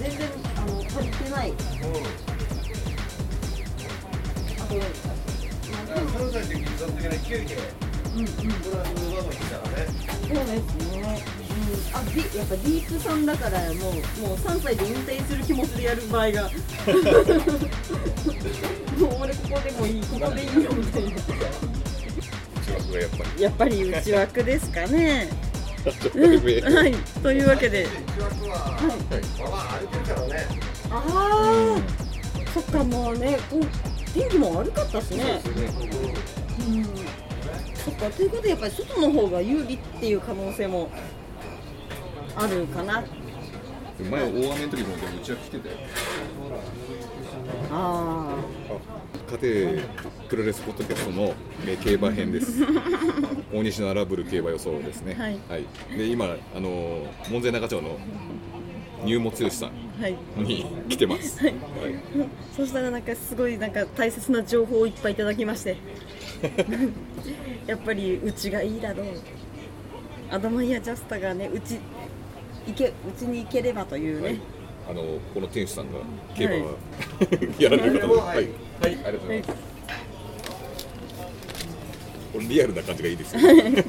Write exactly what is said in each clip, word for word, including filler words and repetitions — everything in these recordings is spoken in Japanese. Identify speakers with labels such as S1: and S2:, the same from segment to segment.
S1: 全然あの足りてない。うん、あと
S2: さんさいで技術的な勢いで、うんうん、これは上手いからね。
S1: そうですね。うん、あ、デやっぱディープさんだからもうもうさんさいで引退する気持ちでやる場合がもう俺ここでもいい、ここでいいよみたいな。
S2: 内枠がやっぱり
S1: やっぱり内枠ですかね。はい、というわけで
S2: 内枠は、はい、まあまあ歩けるからね。
S1: ああ、そっか、もうね、こう天気も悪かったしね。うん、そっか、ということでやっぱり外の方が有利っていう可能性もあるかな。
S2: 前大雨の時もうちは来てたよ。
S1: あ
S2: あ、家庭プロレスポッドキャストの競馬編です。大西の荒ぶる競馬予想ですね。
S1: はい。
S2: はい、で今あの門前仲町の入門剛さんに来てます。
S1: はい。はい、そしたらなんかすごいなんか大切な情報をいっぱいいただきまして、やっぱりうちがいいだろう。アドマイヤジャスタがね、うち行けうちに行ければというね。はい、
S2: あのこの店主さんが競馬は、はい、やられる方です。はい、はい、ありがとうございます。はい、これリアルな感じがいいですよね。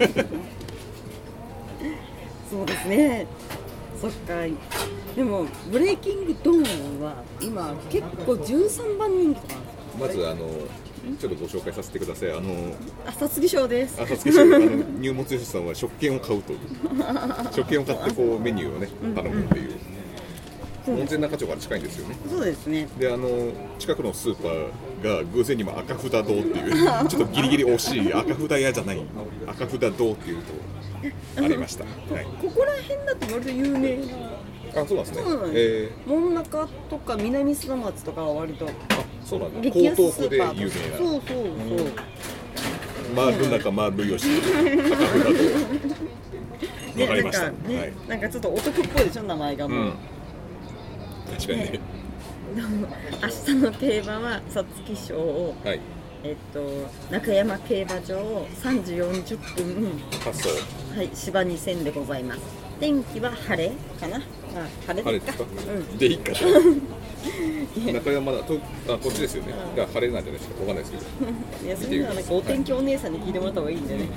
S1: そうですね。そっか。でもブレイキングドーンは今結構じゅうさんばん人気とか。
S2: まずあのちょっとご紹介させてください。あの
S1: 皐月賞です。
S2: 皐月賞。あの入門剛さんは食券を買うという食券を買ってこうメニューをね頼むっていう。門前仲町から近いんですよね。
S1: そうですね。
S2: で、あの近くのスーパーが偶然にも赤札堂っていうちょっとギリギリ惜しい赤札屋じゃない赤札堂っていうとありました。はい、
S1: ここら辺だと割と有名な。
S2: あ、そうなんですね。
S1: うん、えー、門中とか南砂町とかは割と。あ、
S2: そうなんだ。江東区で有名な。
S1: そうそうそう。
S2: 丸中丸吉赤札堂。わかりました。
S1: ね、はい、なんかちょっとお得っぽいでしょ、名前がもう。うん、
S2: 確かにね。
S1: ね、明日の競馬は皐月賞を、はい、えっと中山競馬場さんじよんじゅっぷん
S2: 発送、
S1: はい、芝にせんでございます。天気は晴れかな。あ、晴れですか。
S2: うん、でいいかと。中山だと、あ、こっちですよね。うん、が晴れなんじゃないですか。わかんないですけど。
S1: いや、それはなんかお天気お姉さんに聞いてもらった方がいいんでね。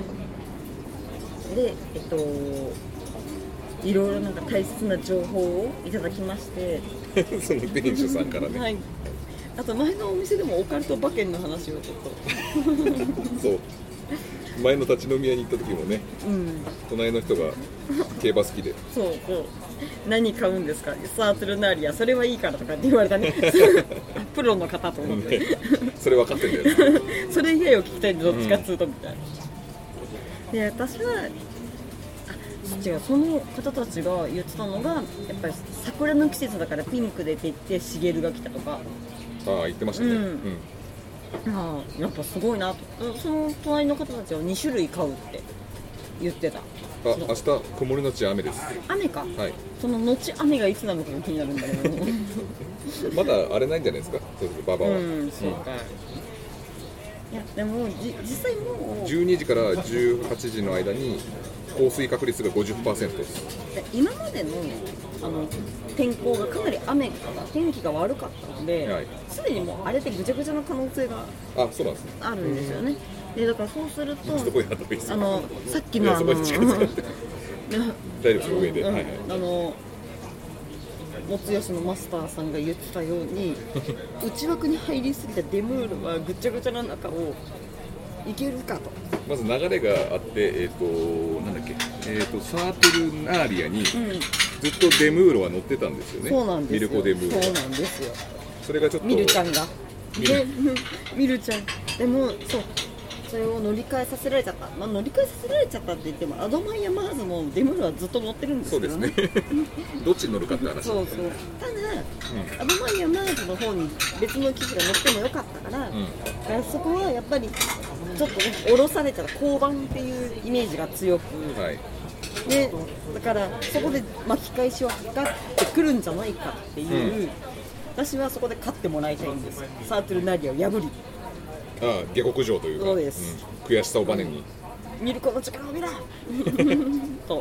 S1: で、えっといろいろなんか大切な情報をいただきまして
S2: その店主さんからね、
S1: はい、あと前のお店でもオカルト馬券の話をちょっ
S2: とそう前の立ち飲み屋に行った時もね、うん、隣の人が競馬好きで
S1: そうそう何買うんですかサートルナーリアそれはいいからとかって言われたねプロの方と思って、ね、
S2: それ分かってんだよ
S1: それ以外を聞きたいんでどっちかっつうとみたいな、うん、で私は違う、その方たちが言ってたのがやっぱり桜の季節だからピンクでって言ってシゲルが来たとか。
S2: ああ、言ってましたね、うんうん、
S1: ああ、やっぱすごいなと。その隣の方たちはに種類買うって言ってた。あ、
S2: 明日曇りのち雨です。
S1: 雨か、
S2: はい、
S1: その後雨がいつなのかが気になるんだけど
S2: まだあれないんじゃないですか、ババは。うん、
S1: そうか、うん、いやでもじ実際もう
S2: じゅうにじからじゅうはちじの間に降水確率が ごじゅっパーセント です。
S1: 今までの、あの天候がかなり雨が天気が悪かったので、すで、はい、にもうあれでぐちゃぐちゃな可能性が
S2: あ、そうなんですね、
S1: あるんですよね。でだからそうするとあのさっき
S2: の
S1: あの
S2: 大丈夫です上で、はいはい、
S1: あのもつよしのマスターさんが言ってたように内枠に入りすぎたデムールはぐちゃぐちゃな中をいけるかと。
S2: まず流れがあって、えーとなんだっけ、えーとサートルナーリアにずっとデムーロは乗ってたんですよね。
S1: そうなんですよ。
S2: ミルコデムーロ。
S1: そうなんですよ。
S2: それがちょっと
S1: ミルちゃんがミルミルちゃんでもそうそれを乗り換えさせられちゃった、まあ、乗り換えさせられちゃったって言ってもアドマイヤマーズもデムーロはずっと乗ってるんですよね。
S2: そうですねどっちに乗るかって話。
S1: そうそう。ただ、うん、アドマイヤマーズの方に別の機種が乗ってもよかったから、うん、だからそこはやっぱりちょっとね降ろされちゃった交番っていうイメージが強く、はい、でだからそこで巻き返しを図ってくるんじゃないかっていう、うん、私はそこで勝ってもらいたいんです。サートルナリアを破り、
S2: ああ、下克上というか、
S1: そうです、
S2: うん、悔しさをバネに、
S1: うん、ミルコの力を見ろと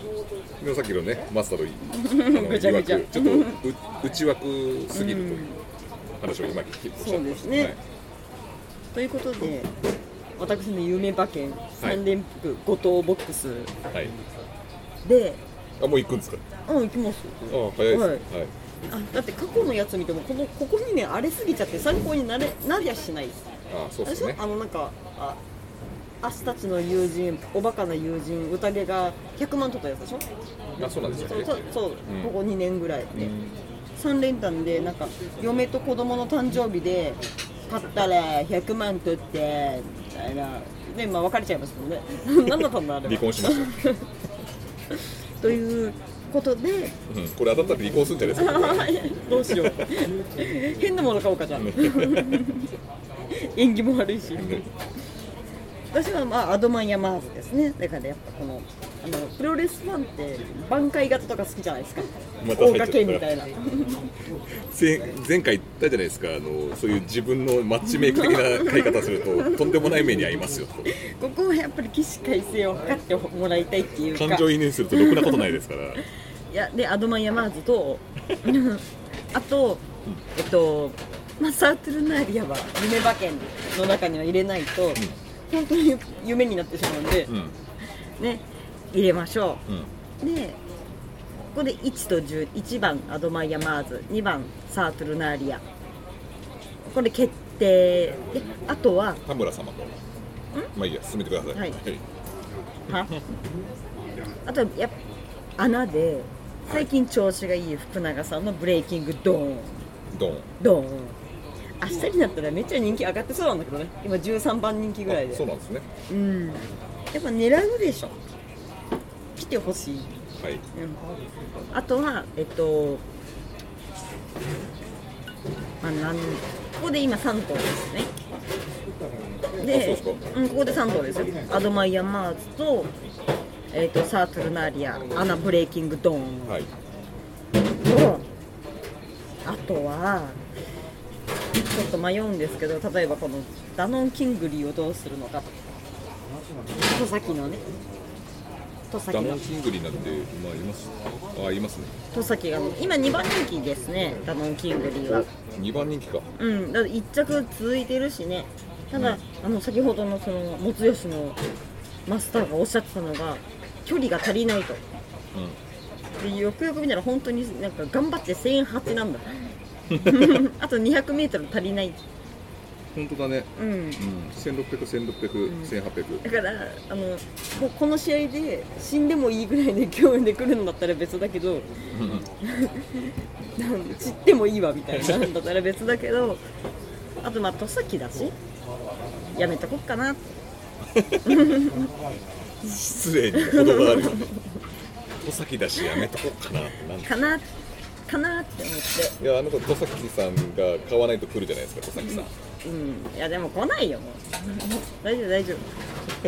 S2: でもさっきのねマスターの
S1: ぐちゃぐちゃ
S2: ちょっと内枠すぎるという話を今聞きました。
S1: そうですね、はい、ということで私の夢馬券さん連複ご等ボックス、はい、で
S2: あもう行くんですか？
S1: あ行きます。
S2: あ早いです、はいはい、
S1: あだって過去のやつ見てもこのここにね荒れすぎちゃって参考になれなりゃしないです。
S2: あそうですね。
S1: あのなんかあアスたちの友人おバカな友人宴がひゃくまん取ったやつでしょ。
S2: あそうなんですよね。
S1: そうそう、うん、ここにねんぐらいで、ね、さん連単でなんか嫁と子供の誕生日で買ったらひゃくまん取ってみたいなでまあ別れちゃいますけどね何だったんだあれは
S2: 離婚しました
S1: ということで、
S2: うん、これ当たったら離婚するんじゃないですか
S1: どうしよう変なもの買おうかじゃん縁起も悪いし私はまあアドマイヤマーズですね。だからやっぱこのあのプロレスファンって挽回型とか好きじゃないですか。大掛けみたいな
S2: 前回言ったじゃないですか、あのそういう自分のマッチメイク的な買い方するととんでもない目に遭いますよと
S1: ここはやっぱり起死回生を図ってもらいたいっていうか
S2: 感情移入するとろくなことないですからい
S1: やでアドマイヤマーズとあとえっとまあサートルナーリアは夢馬券の中には入れないと、うん本当に夢になってしまうんで、うん、ね入れましょう、うん、でここでいちとじゅういちばんアドマイヤマーズにばんサートルナーリアこれ決定であとは
S2: 田村様とまあいいや進めてください、はい、
S1: はあとやっぱ穴で最近調子がいい福永さんのブレイキングドーン
S2: ドーン
S1: ドーン明日になったらめっちゃ人気上がってそうなんだけどね今じゅうさんばん人気ぐらいで
S2: そうなんですね
S1: うんやっぱ狙うでしょ来てほしい
S2: はい、うん、
S1: あとはえっとまあなんここで今さん頭ですねでうん、ここでさん頭ですよアドマイヤマーズと、えっと、サートルナーリアアナブレイキングドーン、はい、とあとはちょっと迷うんですけど例えばこのダノンキングリーをどうするのか戸崎のね戸崎
S2: ダノンキングリーなんて今いますあいますね
S1: 戸崎が今にばん人気ですねダノンキングリーは
S2: にばん人気か
S1: うんだからいっ着続いてるしねただ、うん、あの先ほどのそのもつよしのマスターがおっしゃってたのが距離が足りないと、うん、でよくよく見たら本当になんか頑張ってせんはちなんだあとにひゃくメートル足りない
S2: 本当だね、うんうん、せんろっぴゃく、せんろっぴゃく、うん、せんはっぴゃく
S1: だからあの こ, この試合で死んでもいいぐらいで競演で来るんだったら別だけど散ってもいいわみたいなんだったら別だけどあとまあ戸崎だしやめとこっかな
S2: 失礼にも程があるよね戸崎だしやめとこっかななん
S1: かなかなって思って
S2: いやあの子戸崎さんが買わないと来るじゃないですか戸崎さん、
S1: うん、うん、いやでも来ないよもう大丈夫大丈夫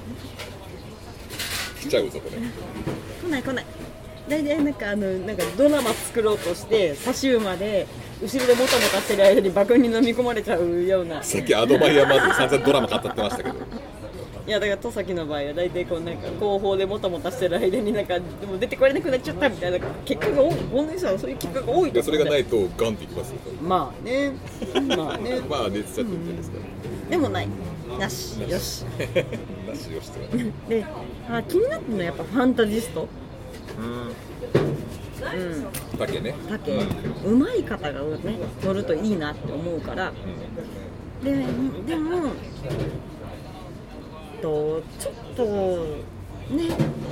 S2: 来ちゃうぞこれ
S1: 来ない来ない大体なんかあのなんかドラマ作ろうとして差し馬で後ろでもたもたしてる間に爆に飲み込まれちゃうような
S2: さっきアドバイヤーまず散々ドラマ語ってましたけど
S1: いやだから戸崎の場合は大体こうなんか後方でもたもたしてる間になんかでも出てこれなくなっちゃったみたいな結果が多い本当にさそういう結果が多いと
S2: それがないとガンっていきますよ
S1: まあねまあね
S2: まあ出てちゃってるんじゃないですか、
S1: うん、でもないなしよしなし
S2: よしって
S1: であ気になってるのはやっぱファンタジスト
S2: うんうん竹ね
S1: 竹うまい方がね乗るといいなって思うから、うん、ででもとちょっとね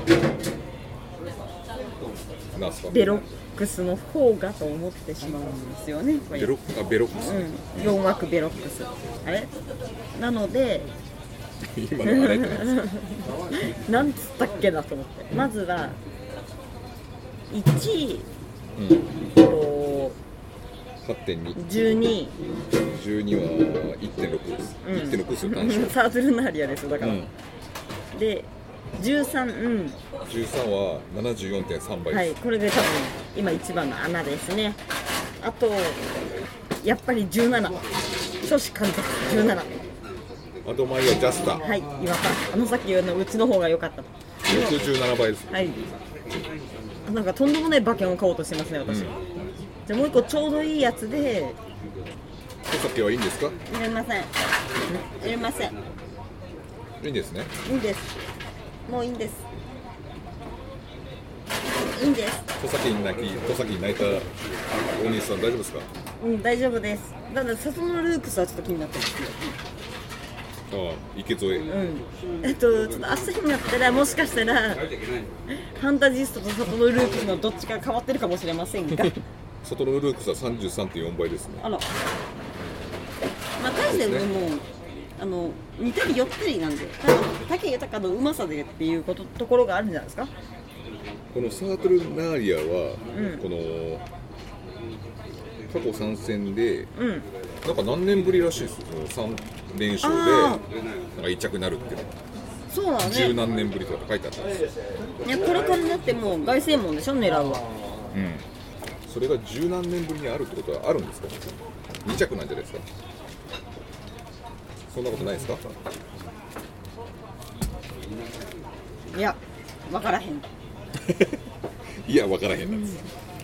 S1: ベロックスの方がと思ってしまうんですよね
S2: ベロあベロックス、
S1: うん、よん枠ベロックスあれなので
S2: 今のあれ
S1: なんつったっけなと思ってまずはいち、うん、と
S2: はちてんに
S1: じゅうに
S2: じゅうにはいってんろくです、うん、いってんろくする単勝
S1: サートルナーリアですよだから、うん、でじゅうさん、うん、
S2: じゅうさんは ななじゅうよんてんさん 倍です、
S1: はい、これで多分今一番の穴ですねあとやっぱりじゅうなな少子監督じゅうなな
S2: アドマイヤジャスタ
S1: はい岩田あのさっきのうちの方が良かった
S2: ろくじゅうななばいです、
S1: はい、
S2: ちに。
S1: なんかとんでもない馬券を買おうとしてますね私、うん、じゃあもう一個ちょうどいいやつで。
S2: お酒はいいんですか？
S1: 入れません。入れません。
S2: いいんですね。
S1: いいです。もういいんです。いいんです。
S2: 戸崎に泣き、戸崎に泣いたお兄さん大丈夫ですか？
S1: うん、大丈夫です。ただ里のルークスはちょっと気になってます。
S2: ああ、池添。
S1: うん。えっとちょっと明日になったらもしかしたらファンタジストと里のルークスのどっちか変わってるかもしれませんが。
S2: 里のルークスは さんじゅうさんてんよん 倍ですね。
S1: あら。まあ大してでも、ね、あの似たり寄ったりなんで、ただ武豊のうまさでっていうことところがあるんじゃないですか。
S2: このサートルナーリアは、うん、この過去さん戦で、うん、なんか何年ぶりらしいですよ。そのさん連勝でなんかいっ着になるっていうの。
S1: そうだね。
S2: 十何年ぶりとか書いてあったんですよ。
S1: いやこれからになっても凱旋門でしょ狙うは。
S2: うん。それが十何年ぶりにあるってことはあるんですか？に着なんじゃないですか？そんなことないですか？
S1: いや分からへん。
S2: いや分からへんなんです、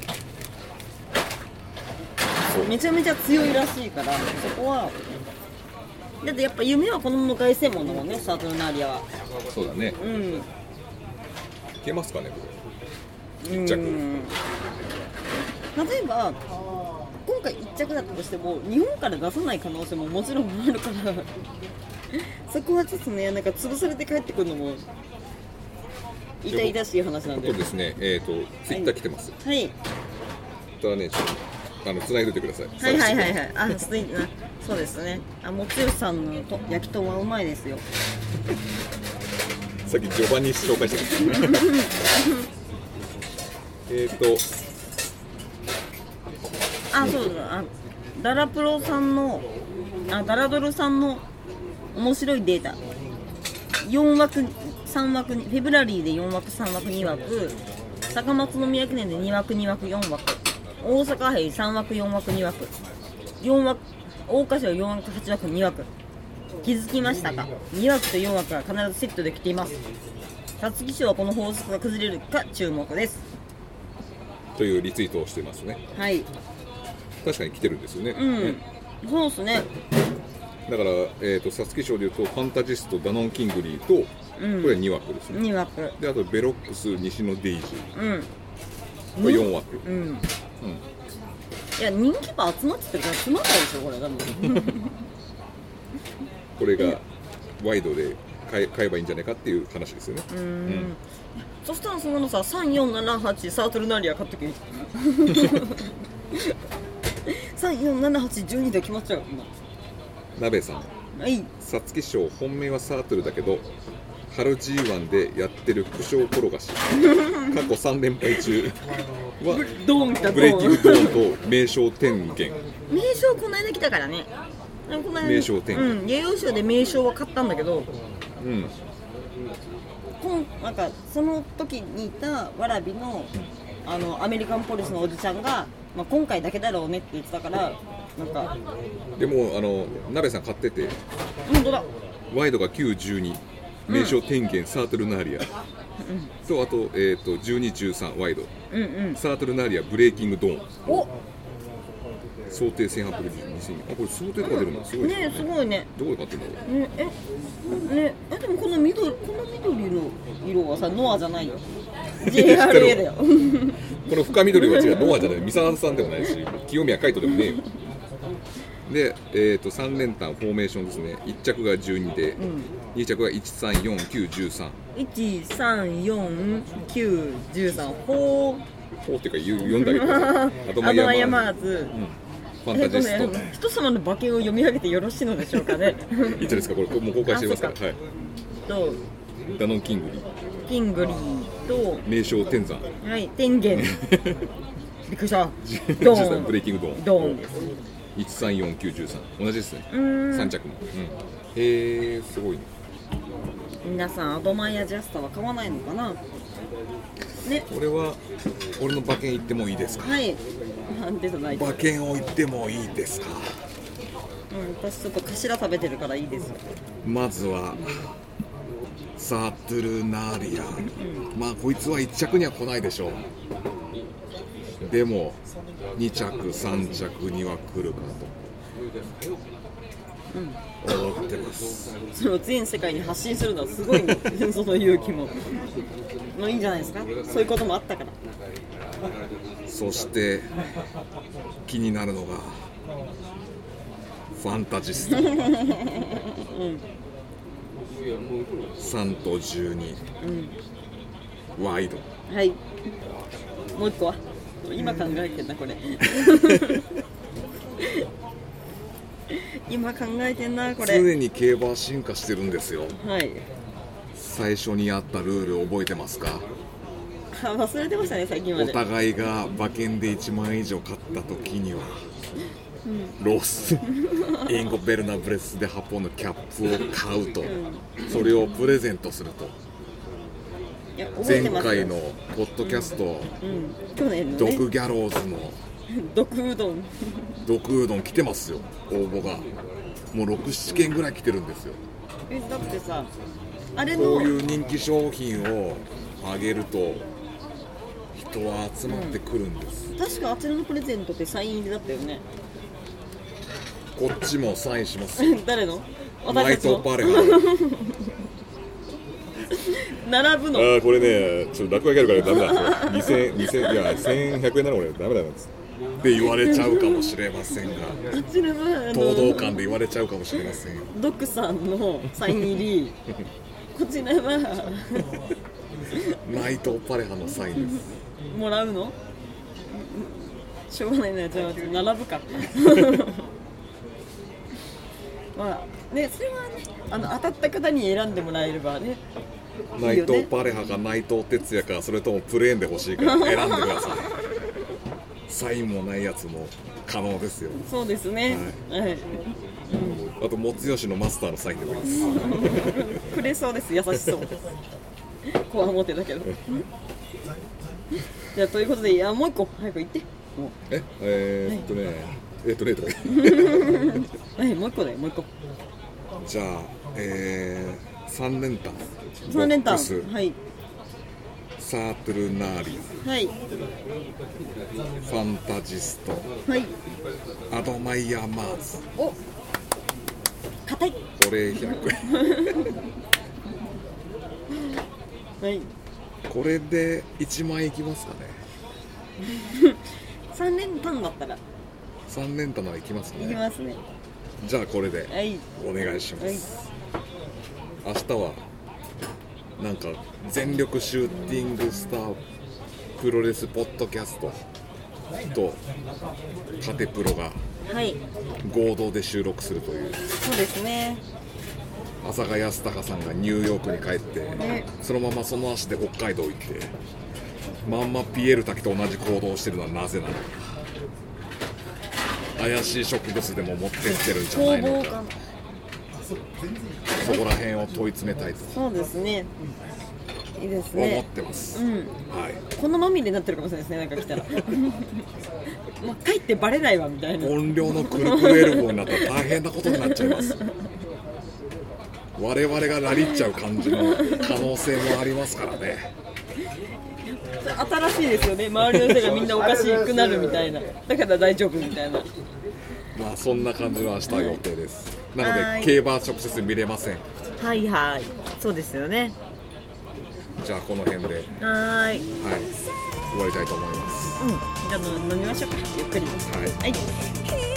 S1: うん、めちゃめちゃ強いらしいからそこはだってやっぱ夢はこのまま凱旋門だもんねサートルナーリアは。
S2: そうだね。うんいけますかねこれいっ着。うん
S1: 例えば今回いっ着だったとしても日本から出さない可能性ももちろんあるからそこはちょっとねなんか潰されて帰ってくるのも痛々しい話なんで。
S2: そうですね。えっ、ー、とツイッター来てます。
S1: はい。
S2: だからねちょっとあの繋いでてください。
S1: はいはいはいはい。あスイなそうですね。あもつよしさんのと焼きとんはうまいですよ。
S2: さっき序盤に紹介したけど。えっと。
S1: あそうだあダラプロさんのあダラドルさんの面白いデータ。よん枠さん枠フェブラリーでよん枠さん枠に枠高松宮記念でに枠に枠よん枠大阪杯さん枠よん枠に枠よん枠桜花賞よん枠はち枠に枠気づきましたか？に枠とよん枠は必ずセットできています。皐月賞はこの法則が崩れるか注目です
S2: というリツイートをしてますね。
S1: はい
S2: 確かに来てるんですよね。
S1: うん、ね、そうですね。
S2: だから、えーと、皐月賞でいうとファンタジストダノン・キングリーと、うん、これはに枠ですね。
S1: に枠
S2: であとベロックス西野デイジー、うん、これよん枠、うんうん、い
S1: や人気馬集まってるからつまんないでしょこれ多分
S2: これがワイドで買え、買えばいいんじゃないかっていう話ですよね。うん、うん、
S1: そしたらそのささんよんななはちサートルナーリア買っときさんよんななはちじゅうにで決まっちゃう今。
S2: 鍋さん、
S1: はい、
S2: 皐月賞本命はサートルだけど春 ジーワン でやってる副賞転がし過去さん連敗中はブレイキングドーンと名称天元。
S1: 名称この間来たからね。この間
S2: 名称天元、
S1: うん、栄養賞で名称は買ったんだけど、うん、今なんかその時にいたわらびの、あのアメリカンポリスのおじちゃんが、まあ、今回だけだろうねって言ってたからなんか
S2: でもあの鍋さん買ってて
S1: 本当だ
S2: ワイドがきゅうじゅうに名称天元、うん、サートルナーリア、うん、とあと、えー、とじゅうにじゅうさんワイド、うんうん、サートルナーリアブレイキングドーンお想定せんはっぴゃくにせんえん。あこれ想定とか出るのすごいですね。
S1: ねすごいね。
S2: どこで買ってんだろう
S1: ねえねえでもこの緑この緑の色はさノアじゃないよジェイアールエー だよ
S2: この深緑は違うノアじゃない三沢さんでもないし清宮海斗でもねえよで、えー、とさん連単フォーメーションですね。いっ着がじゅうにで、うん、に着がいちさんよんきゅういちさん
S1: いちさんよんきゅういちさんほー
S2: ほーっていうか読んだけど
S1: アドマヤマーズ、
S2: うん、ファンタジスト、
S1: ね、人様の馬券を読み上げてよろしいのでしょうかね
S2: いいじゃないですかこれもう公開してますから。はい
S1: と
S2: ダノンキングリー
S1: キングリーと
S2: 名称天山
S1: はい天元びっくりした
S2: ドーンブレイキングドーン
S1: ドーンです
S2: いちさんよんきゅういちさん同じですね。さん着も、うん、へえすごいね。
S1: 皆さんアドマイヤジャスタは買わないのかなね。
S2: これは俺の馬券行ってもいいですか。
S1: はい出てない
S2: 馬券を行ってもいいですか。
S1: うん私ちょっと頭食べてるからいいですよ。
S2: まずはサートゥルナーリア、うん、まあこいつはいっ着には来ないでしょう。でもに着さん着には来るかと思ってます、
S1: うん、それを全世界に発信するのはすごいねその勇気もまあいいんじゃないですか。そういうこともあったから。
S2: そして気になるのがファンタジスタ、うん、さんとじゅうに、うん、ワイド。
S1: はい。もう一個は今考えてんなこれ今考えてんなこれ。
S2: 常に競馬は進化してるんですよ。
S1: はい。
S2: 最初にあったルール覚えてますか？
S1: 忘れてましたね最近まで。
S2: お互いが馬券でいちまんえん以上買った時には、うん、ロスインゴ・ベルナブレスではっぽんのキャップを買うと、うん、それをプレゼントすると。いや前回のポッドキャスト、うん、
S1: 去年のね、
S2: ドクギャローズの
S1: ドクうどん
S2: ドクうどん来てますよ。応募がもうろく、ななけんぐらい来てるんですよ。
S1: えだってさあれの
S2: こういう人気商品をあげると人は集まってくるんです、
S1: うん、確かあちらのプレゼントってサイン入りだったよね。
S2: こっちもサインします
S1: 誰の？
S2: ナイトパレハ
S1: 並ぶの。
S2: あこれねちょっと落書きあるからダメだにせん、にせんいやせんひゃくえんなのこれダメだなって言われちゃうかもしれませんが
S1: あちらは
S2: 東道館で言われちゃうかもしれませんよ。
S1: ドクさんのサイン入りこちらは
S2: ナイトパレハのサインです。
S1: もらうの？しょうがないな、じゃあ並ぶかまあね、それはねあの当たった方に選んでもらえればね。
S2: 内藤パレハか内藤哲也かそれともプレーンで欲しいか選んでくださいサインもないやつも可能ですよ。
S1: そうですね、はいはい、うん、
S2: あともつよしのマスターのサインでもいいです
S1: くれそうです。優しそうこわもてだけどじゃあということで、いやもう一個早く言って。もう
S2: ええー、っとね、はい、えー、っとねとか
S1: はいもう一個だよもう一個。
S2: じゃあえー、さん連単
S1: さん連単はい。
S2: サートルナーリ
S1: ア、はい、
S2: ファンタジスト、
S1: はい、
S2: アドマイヤーマーズ。
S1: お硬い。
S2: これひゃくえん
S1: はい。
S2: これでいちまんえんいきますかね
S1: さん連単だったら
S2: さん連単ならいきますね。
S1: いきますね。
S2: じゃあこれでお願いします、はい、明日はなんか全力シューティングスタープロレスポッドキャストとカテプロが合同で収録するという、はい、
S1: そうですね。
S2: 浅賀康隆さんがニューヨークに帰って、ね、そのままその足で北海道行ってまんまピエール滝と同じ行動をしてるのはなぜなのか。怪しい植物でも持ってってるんじゃないのか。そこら辺を問い詰めたいと。
S1: そうですね。いいですね。
S2: 思ってます。うん、はい。
S1: このまみれになってるかもしれないですね。なんか来たら。もう帰ってバレないわみたいな。
S2: 音量のくるくるエルボーになったら大変なことになっちゃいます。我々がラリっちゃう感じの可能性もありますからね。
S1: 新しいですよね。周りの人がみんなおかしくなるみたいな。だから大丈夫みたいな。
S2: まあそんな感じの明日は予定です。なので競馬は直接見れません。
S1: はいはい。そうですよね。
S2: じゃあこの辺ではい
S1: はい
S2: 終わりたいと思います。
S1: うん。じゃあ飲みましょうか。ゆっくり。
S2: はい。
S1: はい。